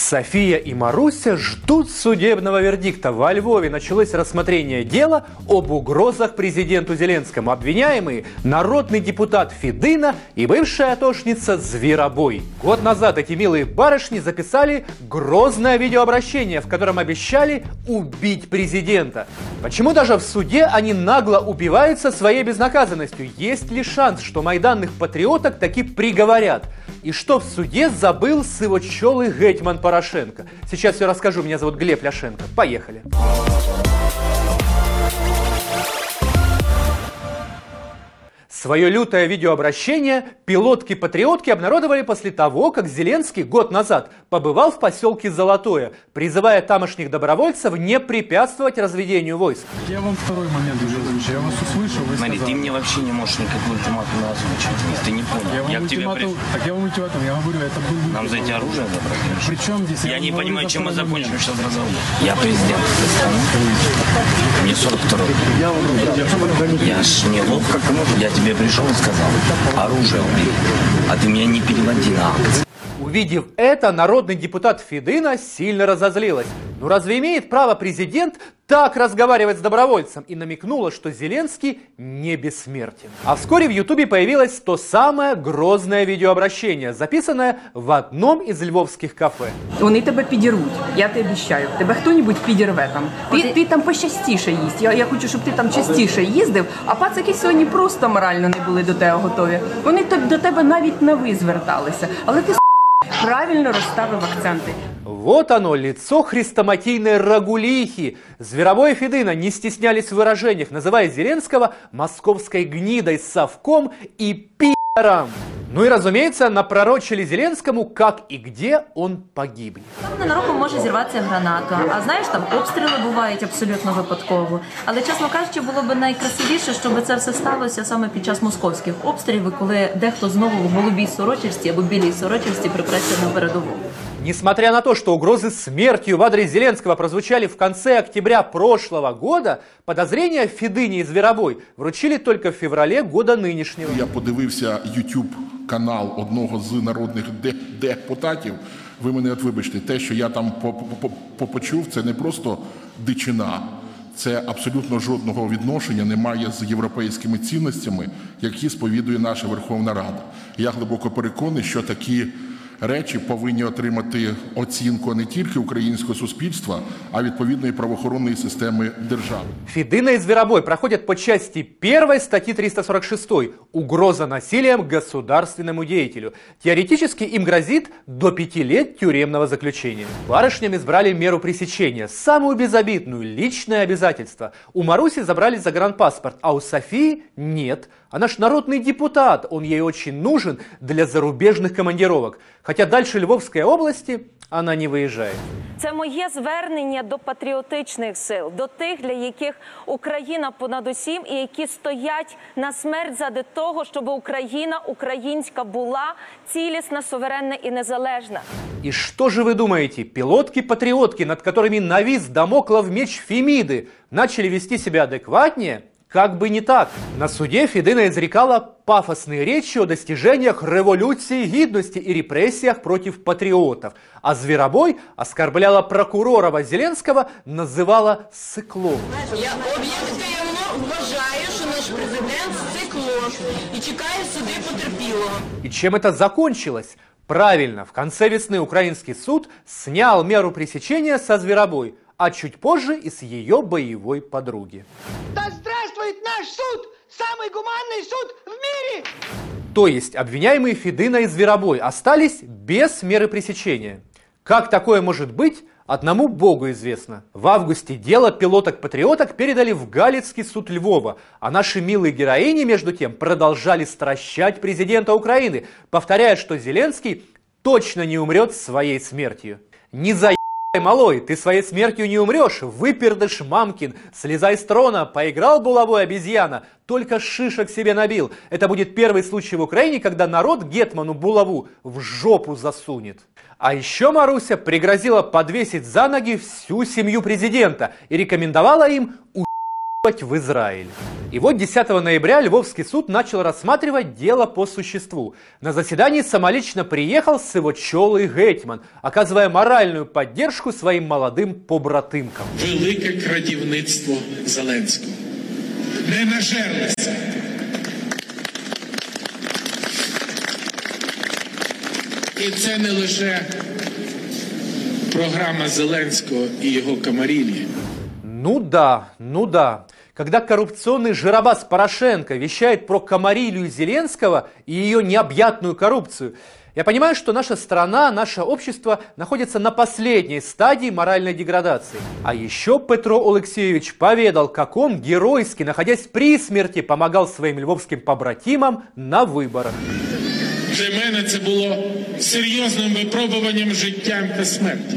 София и Маруся ждут судебного вердикта. Во Львове началось рассмотрение дела об угрозах президенту Зеленскому. Обвиняемые – народный депутат Федина и бывшая атошница Зверобой. Год назад эти милые барышни записали грозное видеообращение, в котором обещали убить президента. Почему даже в суде они нагло убиваются своей безнаказанностью? Есть ли шанс, что майданных патриоток таки приговорят? И что в суде забыл сивочолый гетьман Порошенко? Сейчас все расскажу. Меня зовут Глеб Ляшенко. Поехали. Свое лютое видеообращение пилотки-патриотки обнародовали после того, как Зеленский год назад побывал в поселке Золотое, призывая тамошних добровольцев не препятствовать разведению войск. Я вам второй момент уже озвучу. Я вас услышал, вы Смотри, сказали. ты мне вообще не можешь никакой ультиматум озвучить. Ты не понял. Я вам ультиматум, я говорю, это был... Нам за эти оружие забрать? Причем здесь... Я не понимаю, чем мы закончим сейчас разговор. Я президент этой страны. Мне 42 год. Я ж не лох, как я тебе пришел и сказал, оружие убери, а ты меня не переводи на акции. Увидев это, народный депутат Федина сильно разозлилась. Ну разве имеет право президент так разговаривать с добровольцем? И намекнула, что Зеленский не бессмертен. А вскоре в Ютубе появилось то самое грозное видеообращение, записанное в одном из львовских кафе. Вони тебе підірвуть, я тобі обіцяю. Тебе хто-нибудь підірве там. Ти там пощастіше їсть. Я хочу, щоб ти там частіше їздив, а пацики сьогодні просто морально не були до тебе готові. Вони до тебе навіть на ви зверталися. Але ти правильно розставив акценти. Вот оно, лицо хрестоматийной рагулихи. Зверобой и Федина не стеснялись в выражениях, называя Зеленского московской гнидой, совком и пи***ром. Ну и, разумеется, напророчили Зеленскому, как и где он погибнет. Ненароком може зірватися граната, а знаєш, там обстріли бувають абсолютно випадково. Але, чесно кажучи, було б найкрасивіше, щоб це все сталося саме під час московських обстрілів, коли дехто знову в голубій сорочці або білій сорочці припреться на передову. Несмотря на то, что угрозы смертью в адрес Зеленского прозвучали в конце октября прошлого года, подозрения в Федине и Зверобой вручили только в феврале года нынешнего. Я подивився YouTube канал одного з народних депутатів. Ви мене вибачте, те, що я там почув, це не просто дичина. Це абсолютно жодного відношення немає з європейськими цінностями, які сповідує наша Верховна Рада. Я глибоко переконаний, що такі речі повинні отримати оцінку не тільки українського суспільства, а відповідної правоохоронної системи держави. Федина и Зверобой проходят по части 1 статьи 346 «Угроза насилием государственному деятелю». Теоретически им грозит до 5 лет тюремного заключения. Барышням избрали меру пресечения, самую безобидную, личное обязательство. У Маруси забрали загранпаспорт, а у Софии нет. Она ж народный депутат, он ей очень нужен для зарубежных командировок. Хотя дальше Львовской области она не выезжает. Це моє звернення до патріотичних сил, до тих, для яких Україна понад усім і які стоять на смерть заради того, щоб Україна українська була цілісна, суверенна і незалежна. И что же вы думаете, пилотки-патриотки, над которыми навис дамоклов меч Фемиды, начали вести себя адекватнее? Как бы не так. На суде Федина изрекала пафосные речи о достижениях революции гідності и репрессиях против патриотов. А Зверобой оскорбляла прокурора Зеленского, называла сыклом. Я об'єктивно вважаю, що наш президент сикло і чекає суди потерпілого. И чем это закончилось? Правильно, в конце весны украинский суд снял меру пресечения со Зверобой, а чуть позже и с ее боевой подруги. Да здравствует наш суд! Самый гуманный суд в мире! То есть обвиняемые Федина и Зверобой остались без меры пресечения. Как такое может быть, одному Богу известно. В августе дело пилоток-патриоток передали в Галицкий суд Львова, а наши милые героини, между тем, продолжали стращать президента Украины, повторяя, что Зеленский точно не умрет своей смертью. Не за малой, ты своей смертью не умрешь, выпердыш мамкин, слезай с трона, поиграл булавой обезьяна, только шишек себе набил. Это будет первый случай в Украине, когда народ гетману булаву в жопу засунет. А еще Маруся пригрозила подвесить за ноги всю семью президента и рекомендовала им уебать в Израиль. И вот 10 ноября Львовский суд начал рассматривать дело по существу. На заседании самолично приехал Сивочолий гетьман, оказывая моральную поддержку своим молодым побратимкам. Велике крадівництво Зеленського. Не нажерлися. І це не лише програма Зеленського і його камарильи. Ну да. Когда коррупционный жиробас Порошенко вещает про камарилью Зеленского и ее необъятную коррупцию, я понимаю, что наша страна, наше общество находится на последней стадии моральной деградации. А еще Петро Алексеевич поведал, как он геройски, находясь при смерти, помогал своим львовским побратимам на выборах. Для мене це було серйозним випробуванням життям та смерті.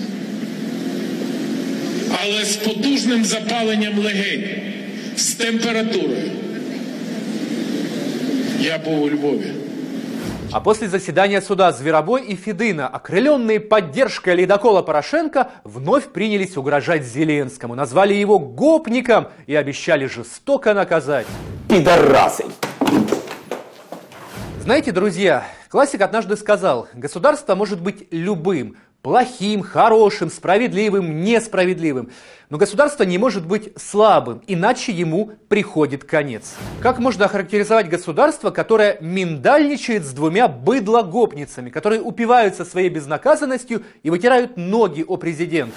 Але з потужним запаленням легень, з температурою. Я був у Львові. А после заседания суда Зверобой и Федина, окрыленные поддержкой ледокола Порошенко, вновь принялись угрожать Зеленскому, назвали его гопником и обещали жестоко наказать. Пидорасы! Знаете, друзья, классик однажды сказал, государство может быть любым, плохим, хорошим, справедливым, несправедливым. Но государство не может быть слабым, иначе ему приходит конец. Как можно охарактеризовать государство, которое миндальничает с двумя быдлогопницами, которые упиваются своей безнаказанностью и вытирают ноги о президента?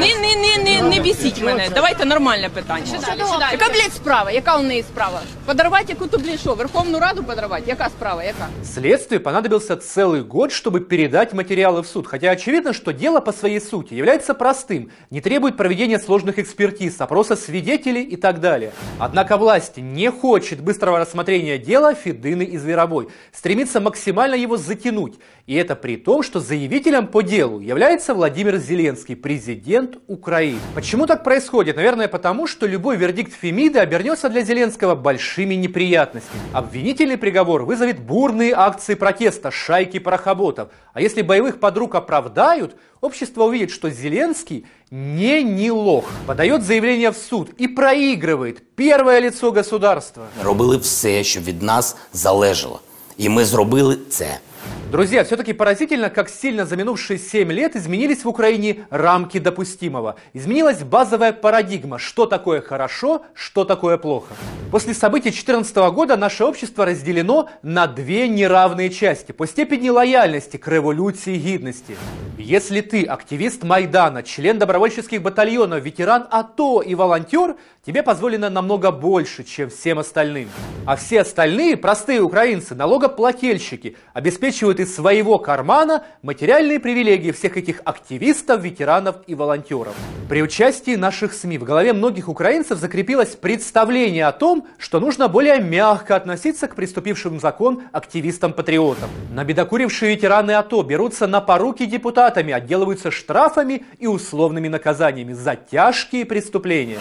Не бісіть мене, давайте нормальне питання. Яка, блядь, справа? Яка у неї справа? Подорвати яку-то, блядь, що, Верховну Раду подорвати? Яка справа, яка? Следствию понадобился целый год, чтобы передать материалы в суд. Хотя очевидно, что дело по своей сути является простым, не требует проведения сложных экспертиз, опроса свидетелей и так далее. Однако власть не хочет быстрого рассмотрения дела Федины и Зверобой, стремится максимально его затянуть. И это при том, что заявителем по делу является Владимир Зеленский, президент Украины. Почему так происходит? Наверное, потому, что любой вердикт Фемиды обернется для Зеленского большими неприятностями. Обвинительный приговор вызовет бурные акции протеста шайки порохоботов. А если боевых подруг оправдают, общество увидит, что Зеленский не лох. Подает заявление в суд и проигрывает. Первое лицо государства. Робили все, що від нас залежало. І ми зробили це. Друзья, все-таки поразительно, как сильно за минувшие 7 лет изменились в Украине рамки допустимого. Изменилась базовая парадигма, что такое хорошо, что такое плохо. После событий 2014 года наше общество разделено на две неравные части по степени лояльности к революции гидности. Если ты активист Майдана, член добровольческих батальонов, ветеран АТО и волонтер, тебе позволено намного больше, чем всем остальным. А все остальные, простые украинцы, налогоплательщики, обеспечивают из своего кармана материальные привилегии всех этих активистов, ветеранов и волонтеров. При участии наших СМИ в голове многих украинцев закрепилось представление о том, что нужно более мягко относиться к приступившим в закон активистам-патриотам. Набедокурившие ветераны АТО берутся на поруки депутатами, отделываются штрафами и условными наказаниями за тяжкие преступления.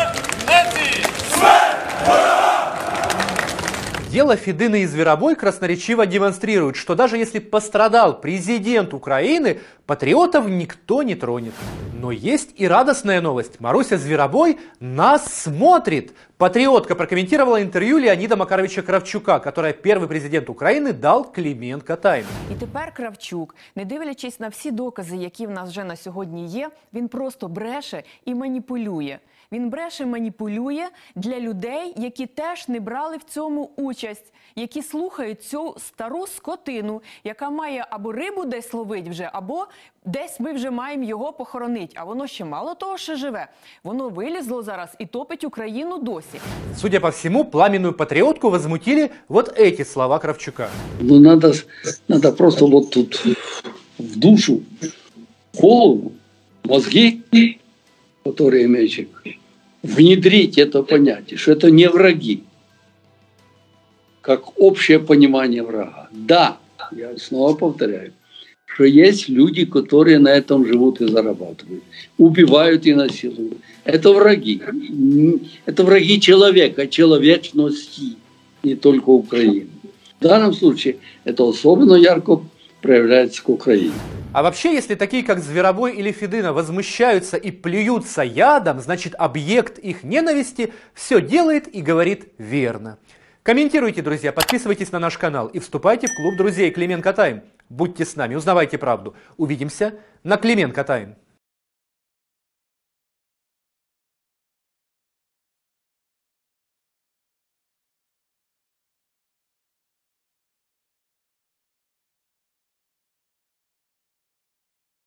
Дело Федины и Зверобой красноречиво демонстрирует, что даже если пострадал президент Украины, патриотов никто не тронет. Но есть и радостная новость. Маруся Зверобой нас смотрит. Патриотка прокомментировала интервью Леонида Макаровича Кравчука, которое первый президент України дав Клименко Тайм. І тепер Кравчук, не дивлячись на всі докази, які в нас вже на сьогодні є, він просто бреше і маніпулює. Він бреше, маніпулює для людей, які теж не брали в цьому участь, які слухають цю стару скотину, яка має або рибу десь ловить вже, або десь ми вже маємо його похоронити. А воно ще мало того, що живе. Воно вилізло зараз і топить Україну досі. Судя по всему, пламенную патриотку возмутили вот эти слова Кравчука. Ну, надо просто вот тут в душу, в голову, мозги, которые имеют, внедрить это понятие, что это не враги, как общее понимание врага. Да, я снова повторяю, что есть люди, которые на этом живут и зарабатывают, убивают и насилуют. Это враги. Это враги человека, человечности, не только Украины. В данном случае это особенно ярко проявляется к Украине. А вообще, если такие, как Зверобой или Федына, возмущаются и плюются ядом, значит, объект их ненависти все делает и говорит верно. Комментируйте, друзья, подписывайтесь на наш канал и вступайте в клуб друзей Клименко Тайм. Будьте с нами, узнавайте правду. Увидимся на Клименко Тайм.